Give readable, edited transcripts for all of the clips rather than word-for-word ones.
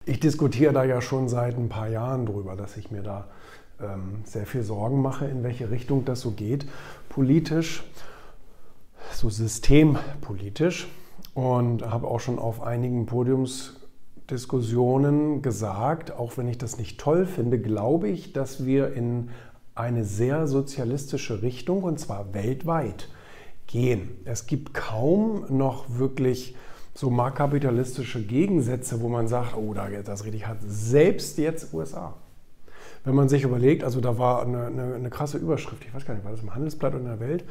Ich diskutiere da ja schon seit ein paar Jahren drüber, dass ich mir da sehr viel Sorgen mache, in welche Richtung das so geht, politisch, so systempolitisch. Und habe auch schon auf einigen Podiumsdiskussionen gesagt, auch wenn ich das nicht toll finde, glaube ich, dass wir in eine sehr sozialistische Richtung, und zwar weltweit, gehen. Es gibt kaum noch wirklich so marktkapitalistische Gegensätze, wo man sagt, oh, das richtig hat, selbst jetzt USA. Wenn man sich überlegt, also da war eine krasse Überschrift, ich weiß gar nicht, war das im Handelsblatt oder in der Welt,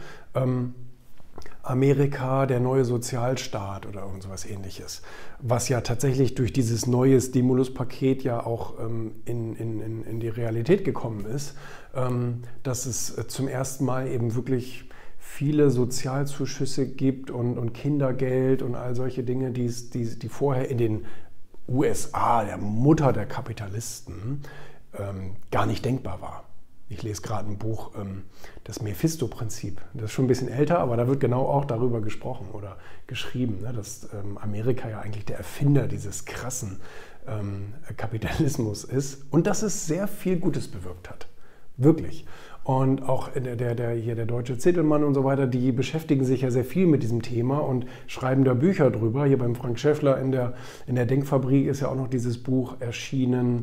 Amerika, der neue Sozialstaat oder irgend sowas Ähnliches, was ja tatsächlich durch dieses neue Stimuluspaket ja auch in die Realität gekommen ist, dass es zum ersten Mal eben wirklich viele Sozialzuschüsse gibt und Kindergeld und all solche Dinge, die vorher in den USA, der Mutter der Kapitalisten, gar nicht denkbar war. Ich lese gerade ein Buch, das Mephisto-Prinzip. Das ist schon ein bisschen älter, aber da wird genau auch darüber gesprochen oder geschrieben, ne, dass Amerika ja eigentlich der Erfinder dieses krassen Kapitalismus ist und dass es sehr viel Gutes bewirkt hat. Wirklich. Und auch der deutsche Zittelmann und so weiter, die beschäftigen sich ja sehr viel mit diesem Thema und schreiben da Bücher drüber. Hier beim Frank Schäffler in der Denkfabrik ist ja auch noch dieses Buch erschienen,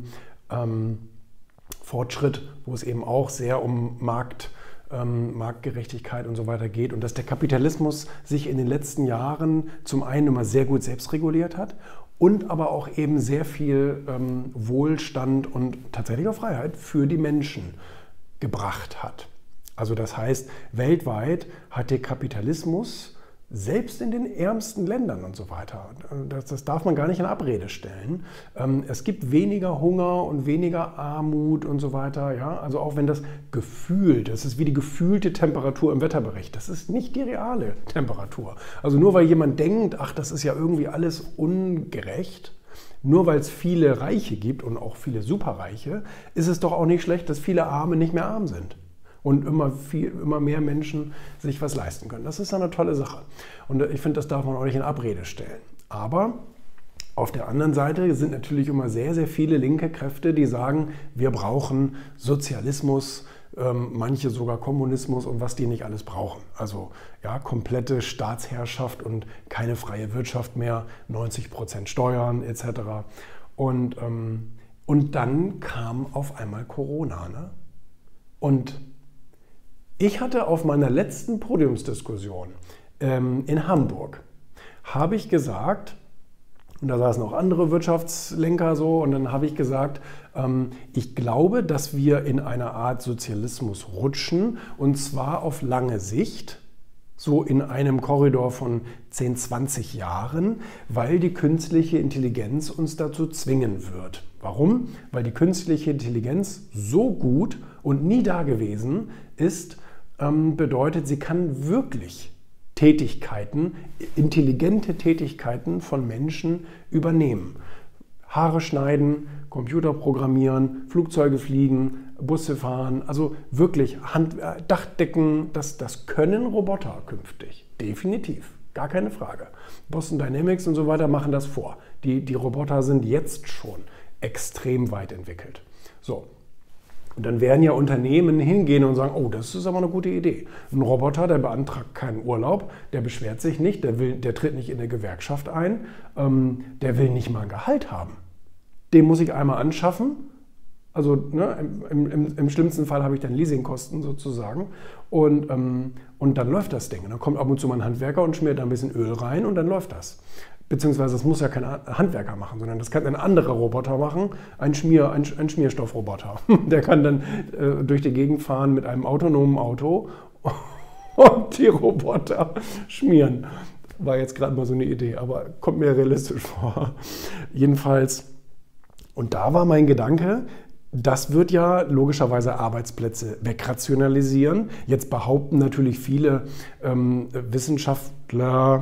Fortschritt, wo es eben auch sehr um Marktgerechtigkeit und so weiter geht und dass der Kapitalismus sich in den letzten Jahren zum einen immer sehr gut selbst reguliert hat und aber auch eben sehr viel Wohlstand und tatsächlich auch Freiheit für die Menschen gebracht hat. Also das heißt, weltweit hat der Kapitalismus selbst in den ärmsten Ländern und so weiter, das darf man gar nicht in Abrede stellen. Es gibt weniger Hunger und weniger Armut und so weiter. Ja? Also auch wenn das gefühlt, das ist wie die gefühlte Temperatur im Wetterbericht, das ist nicht die reale Temperatur. Also nur weil jemand denkt, ach, das ist ja irgendwie alles ungerecht, nur weil es viele Reiche gibt und auch viele Superreiche, ist es doch auch nicht schlecht, dass viele Arme nicht mehr arm sind. Und immer mehr Menschen sich was leisten können. Das ist eine tolle Sache. Und ich finde, das darf man auch nicht in Abrede stellen. Aber auf der anderen Seite sind natürlich immer sehr, sehr viele linke Kräfte, die sagen, wir brauchen Sozialismus, manche sogar Kommunismus und was die nicht alles brauchen. Also ja, komplette Staatsherrschaft und keine freie Wirtschaft mehr, 90% Steuern etc. Und dann kam auf einmal Corona. Ne? Und ich hatte auf meiner letzten Podiumsdiskussion in Hamburg, habe ich gesagt, und da saßen auch andere Wirtschaftslenker so, und dann habe ich gesagt, ich glaube, dass wir in eine Art Sozialismus rutschen, und zwar auf lange Sicht, so in einem Korridor von 10, 20 Jahren, weil die künstliche Intelligenz uns dazu zwingen wird. Warum? Weil die künstliche Intelligenz so gut und nie dagewesen ist, bedeutet, sie kann wirklich Tätigkeiten, intelligente Tätigkeiten von Menschen übernehmen. Haare schneiden, Computer programmieren, Flugzeuge fliegen, Busse fahren, also wirklich Dachdecken, das können Roboter künftig, definitiv, gar keine Frage. Boston Dynamics und so weiter machen das vor. Die Roboter sind jetzt schon extrem weit entwickelt. So. Und dann werden ja Unternehmen hingehen und sagen, oh, das ist aber eine gute Idee. Ein Roboter, der beantragt keinen Urlaub, der beschwert sich nicht, der tritt nicht in eine Gewerkschaft ein, der will nicht mal ein Gehalt haben. Den muss ich einmal anschaffen. Also ne, im schlimmsten Fall habe ich dann Leasingkosten sozusagen. Und dann läuft das Ding. Und dann kommt ab und zu mal ein Handwerker und schmiert da ein bisschen Öl rein und dann läuft das. Beziehungsweise das muss ja kein Handwerker machen, sondern das kann ein anderer Roboter machen, ein Schmierstoffroboter. Der kann dann durch die Gegend fahren mit einem autonomen Auto und die Roboter schmieren. War jetzt gerade mal so eine Idee, aber kommt mir realistisch vor. Jedenfalls, und da war mein Gedanke, das wird ja logischerweise Arbeitsplätze wegrationalisieren. Jetzt behaupten natürlich viele Wissenschaftler,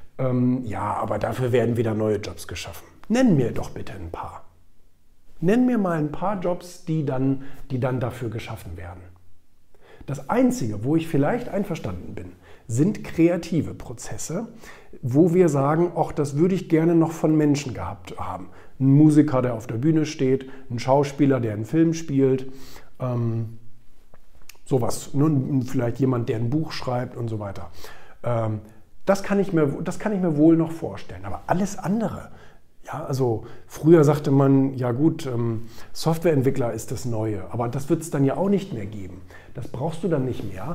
ja, aber dafür werden wieder neue Jobs geschaffen. Nenn mir doch bitte ein paar. Nenn mir mal ein paar Jobs, die dann dafür geschaffen werden. Das Einzige, wo ich vielleicht einverstanden bin, sind kreative Prozesse, wo wir sagen, ach, das würde ich gerne noch von Menschen gehabt haben. Ein Musiker, der auf der Bühne steht, ein Schauspieler, der einen Film spielt, sowas. Vielleicht jemand, der ein Buch schreibt und so weiter. Das kann ich mir wohl noch vorstellen. Aber alles andere, ja, also früher sagte man, ja gut, Softwareentwickler ist das Neue, aber das wird es dann ja auch nicht mehr geben. Das brauchst du dann nicht mehr,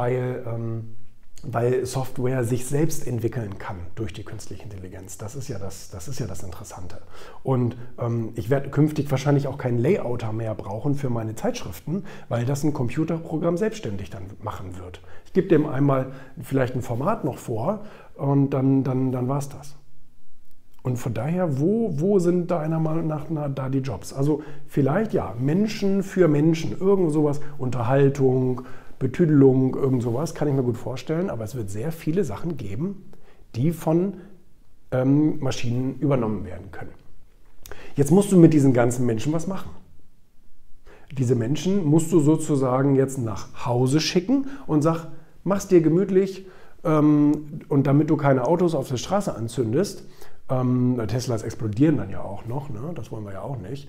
weil Software sich selbst entwickeln kann durch die künstliche Intelligenz. Das ist ja das Interessante. Und ich werde künftig wahrscheinlich auch keinen Layouter mehr brauchen für meine Zeitschriften, weil das ein Computerprogramm selbstständig dann machen wird. Ich gebe dem einmal vielleicht ein Format noch vor und dann war es das. Und von daher, wo sind deiner Meinung nach da die Jobs? Also vielleicht ja, Menschen für Menschen, irgend sowas, Unterhaltung, Betüdelung, irgend sowas, kann ich mir gut vorstellen. Aber es wird sehr viele Sachen geben, die von Maschinen übernommen werden können. Jetzt musst du mit diesen ganzen Menschen was machen. Diese Menschen musst du sozusagen jetzt nach Hause schicken und sag, mach's dir gemütlich und damit du keine Autos auf der Straße anzündest, Teslas explodieren dann ja auch noch, ne? Das wollen wir ja auch nicht,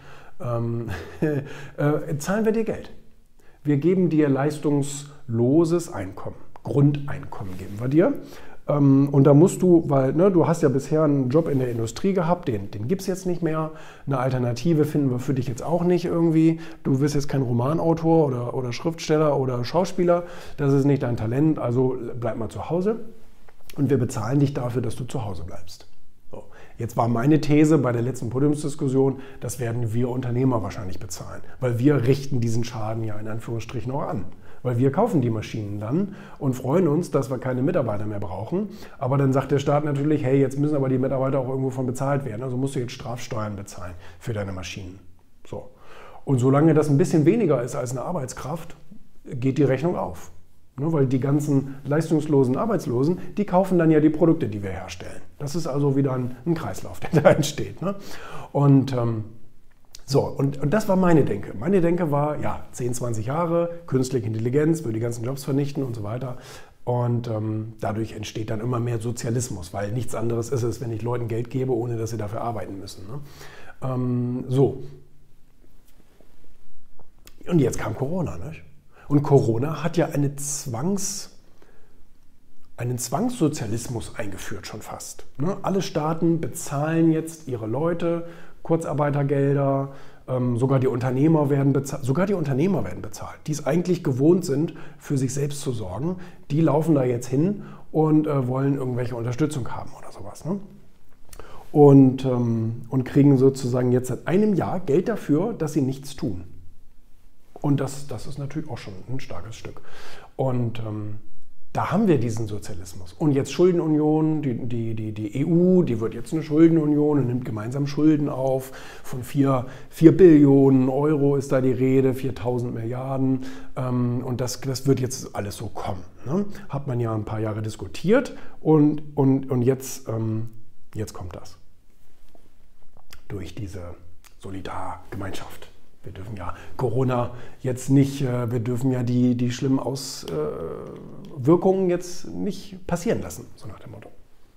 zahlen wir dir Geld. Wir geben dir leistungsloses Einkommen, Grundeinkommen geben wir dir. Und da musst du, weil du hast ja bisher einen Job in der Industrie gehabt, den gibt es jetzt nicht mehr. Eine Alternative finden wir für dich jetzt auch nicht irgendwie. Du bist jetzt kein Romanautor oder Schriftsteller oder Schauspieler. Das ist nicht dein Talent, also bleib mal zu Hause. Und wir bezahlen dich dafür, dass du zu Hause bleibst. So. Jetzt war meine These bei der letzten Podiumsdiskussion, das werden wir Unternehmer wahrscheinlich bezahlen. Weil wir richten diesen Schaden ja in Anführungsstrichen auch an. Weil wir kaufen die Maschinen dann und freuen uns, dass wir keine Mitarbeiter mehr brauchen. Aber dann sagt der Staat natürlich, hey, jetzt müssen aber die Mitarbeiter auch irgendwo von bezahlt werden. Also musst du jetzt Strafsteuern bezahlen für deine Maschinen. So. Und solange das ein bisschen weniger ist als eine Arbeitskraft, geht die Rechnung auf. Ne, weil die ganzen leistungslosen Arbeitslosen, die kaufen dann ja die Produkte, die wir herstellen. Das ist also wieder ein Kreislauf, der da entsteht. Ne? Und das war meine Denke. Meine Denke war, ja, 10, 20 Jahre, künstliche Intelligenz, würde die ganzen Jobs vernichten und so weiter. Und dadurch entsteht dann immer mehr Sozialismus, weil nichts anderes ist es, wenn ich Leuten Geld gebe, ohne dass sie dafür arbeiten müssen. Ne? So. Und jetzt kam Corona, nicht? Und Corona hat ja einen Zwangssozialismus eingeführt schon fast. Ne? Alle Staaten bezahlen jetzt ihre Leute, Kurzarbeitergelder, sogar die Unternehmer werden bezahlt, die es eigentlich gewohnt sind, für sich selbst zu sorgen. Die laufen da jetzt hin und wollen irgendwelche Unterstützung haben oder sowas. Ne? Und kriegen sozusagen jetzt seit einem Jahr Geld dafür, dass sie nichts tun. Und das ist natürlich auch schon ein starkes Stück. Und da haben wir diesen Sozialismus. Und jetzt Schuldenunion, die EU, die wird jetzt eine Schuldenunion und nimmt gemeinsam Schulden auf. Von 4 Billionen Euro ist da die Rede, 4.000 Milliarden. Und das wird jetzt alles so kommen. Ne? Hat man ja ein paar Jahre diskutiert und jetzt kommt das. Durch diese Solidargemeinschaft. Wir dürfen ja Corona jetzt nicht, wir dürfen ja die schlimmen Auswirkungen jetzt nicht passieren lassen, so nach dem Motto.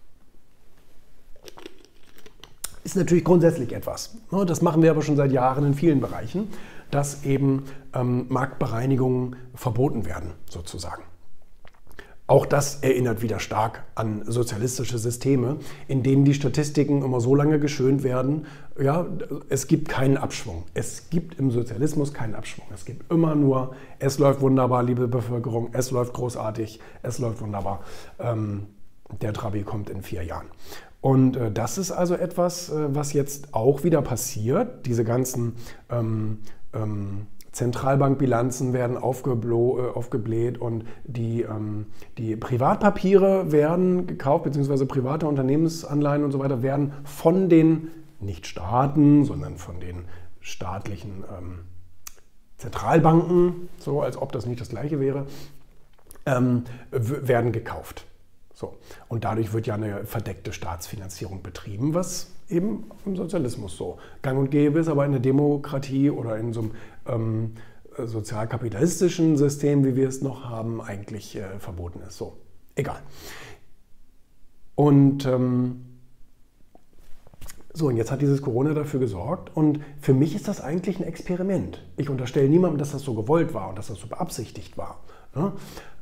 Ist natürlich grundsätzlich etwas. Das machen wir aber schon seit Jahren in vielen Bereichen, dass eben Marktbereinigungen verboten werden, sozusagen. Auch das erinnert wieder stark an sozialistische Systeme, in denen die Statistiken immer so lange geschönt werden, ja, es gibt keinen Abschwung. Es gibt im Sozialismus keinen Abschwung. Es gibt immer nur, es läuft wunderbar, liebe Bevölkerung, es läuft großartig, es läuft wunderbar. Der Trabi kommt in 4 Jahren. Und das ist also etwas, was jetzt auch wieder passiert. Diese ganzen Zentralbankbilanzen werden aufgebläht und die Privatpapiere werden gekauft, beziehungsweise private Unternehmensanleihen und so weiter werden von den, nicht Staaten, sondern von den staatlichen Zentralbanken, so als ob das nicht das Gleiche wäre, werden gekauft. So. Und dadurch wird ja eine verdeckte Staatsfinanzierung betrieben, was eben im Sozialismus so gang und gäbe ist, aber in der Demokratie oder in so einem sozialkapitalistischen System, wie wir es noch haben, eigentlich verboten ist. So, egal. Und und jetzt hat dieses Corona dafür gesorgt und für mich ist das eigentlich ein Experiment. Ich unterstelle niemandem, dass das so gewollt war und dass das so beabsichtigt war. Ne?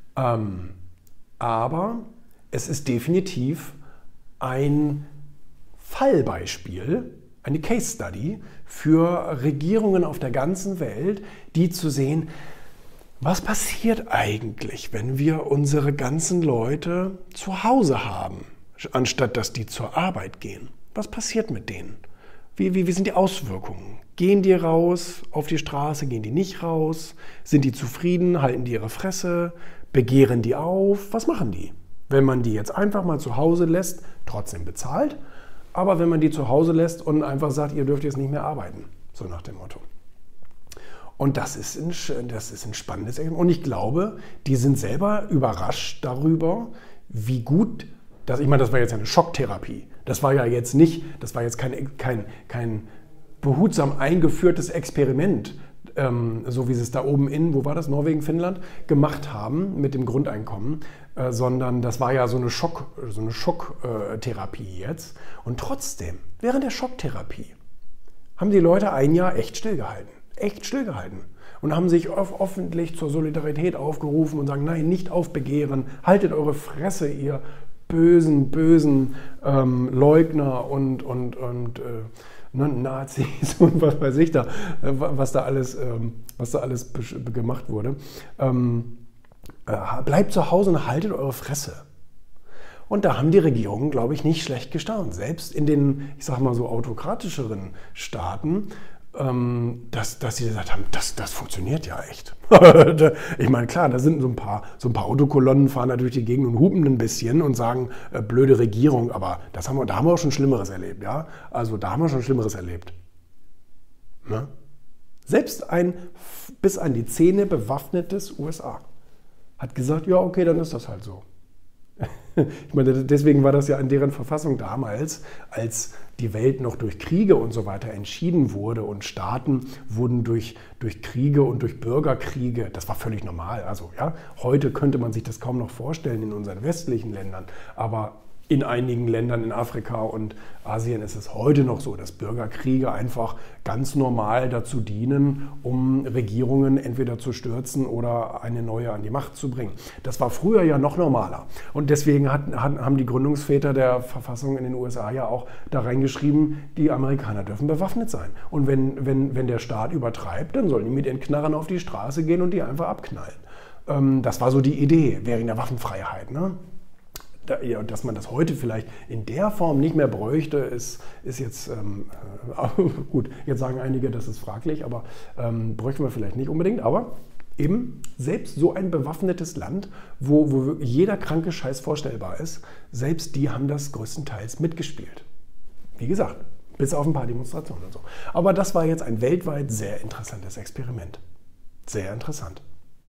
Aber es ist definitiv ein Fallbeispiel, eine Case Study für Regierungen auf der ganzen Welt, die zu sehen, was passiert eigentlich, wenn wir unsere ganzen Leute zu Hause haben, anstatt dass die zur Arbeit gehen. Was passiert mit denen? Wie sind die Auswirkungen? Gehen die raus auf die Straße, gehen die nicht raus? Sind die zufrieden? Halten die ihre Fresse? Begehren die auf? Was machen die? Wenn man die jetzt einfach mal zu Hause lässt, trotzdem bezahlt, aber wenn man die zu Hause lässt und einfach sagt, ihr dürft jetzt nicht mehr arbeiten, so nach dem Motto. Und das ist ein spannendes Ergebnis. Und ich glaube, die sind selber überrascht darüber, wie gut, das war jetzt eine Schocktherapie. Das war jetzt kein behutsam eingeführtes Experiment, so wie sie es da oben in, wo war das, Norwegen, Finnland, gemacht haben mit dem Grundeinkommen, sondern das war ja so eine Schocktherapie jetzt. Und trotzdem, während der Schocktherapie, haben die Leute ein Jahr echt stillgehalten. Und haben sich öffentlich zur Solidarität aufgerufen und sagen, nein, nicht aufbegehren, haltet eure Fresse, ihr bösen Leugner und Nazis und was weiß ich da, was da alles gemacht wurde. Bleibt zu Hause und haltet eure Fresse. Und da haben die Regierungen, glaube ich, nicht schlecht gestaunt. Selbst in den, ich sag mal so, autokratischeren Staaten, dass sie gesagt haben, das funktioniert ja echt. Ich meine, klar, da sind so ein paar Autokolonnen, fahren da durch die Gegend und hupen ein bisschen und sagen, blöde Regierung, aber da haben wir auch schon Schlimmeres erlebt, ja? Also da haben wir schon Schlimmeres erlebt. Ne? Selbst ein bis an die Zähne bewaffnetes USA hat gesagt, ja, okay, dann ist das halt so. Ich meine, deswegen war das ja in deren Verfassung damals, als die Welt noch durch Kriege und so weiter entschieden wurde und Staaten wurden durch Kriege und durch Bürgerkriege, das war völlig normal. Also ja, heute könnte man sich das kaum noch vorstellen in unseren westlichen Ländern, aber in einigen Ländern in Afrika und Asien ist es heute noch so, dass Bürgerkriege einfach ganz normal dazu dienen, um Regierungen entweder zu stürzen oder eine neue an die Macht zu bringen. Das war früher ja noch normaler. Und deswegen haben die Gründungsväter der Verfassung in den USA ja auch da reingeschrieben, die Amerikaner dürfen bewaffnet sein. Und wenn der Staat übertreibt, dann sollen die mit ihren Knarren auf die Straße gehen und die einfach abknallen. Das war so die Idee während der Waffenfreiheit, ne? Dass man das heute vielleicht in der Form nicht mehr bräuchte, ist jetzt, gut, jetzt sagen einige, das ist fraglich, aber bräuchten wir vielleicht nicht unbedingt, aber eben selbst so ein bewaffnetes Land, wo jeder kranke Scheiß vorstellbar ist, selbst die haben das größtenteils mitgespielt. Wie gesagt, bis auf ein paar Demonstrationen und so. Aber das war jetzt ein weltweit sehr interessantes Experiment. Sehr interessant.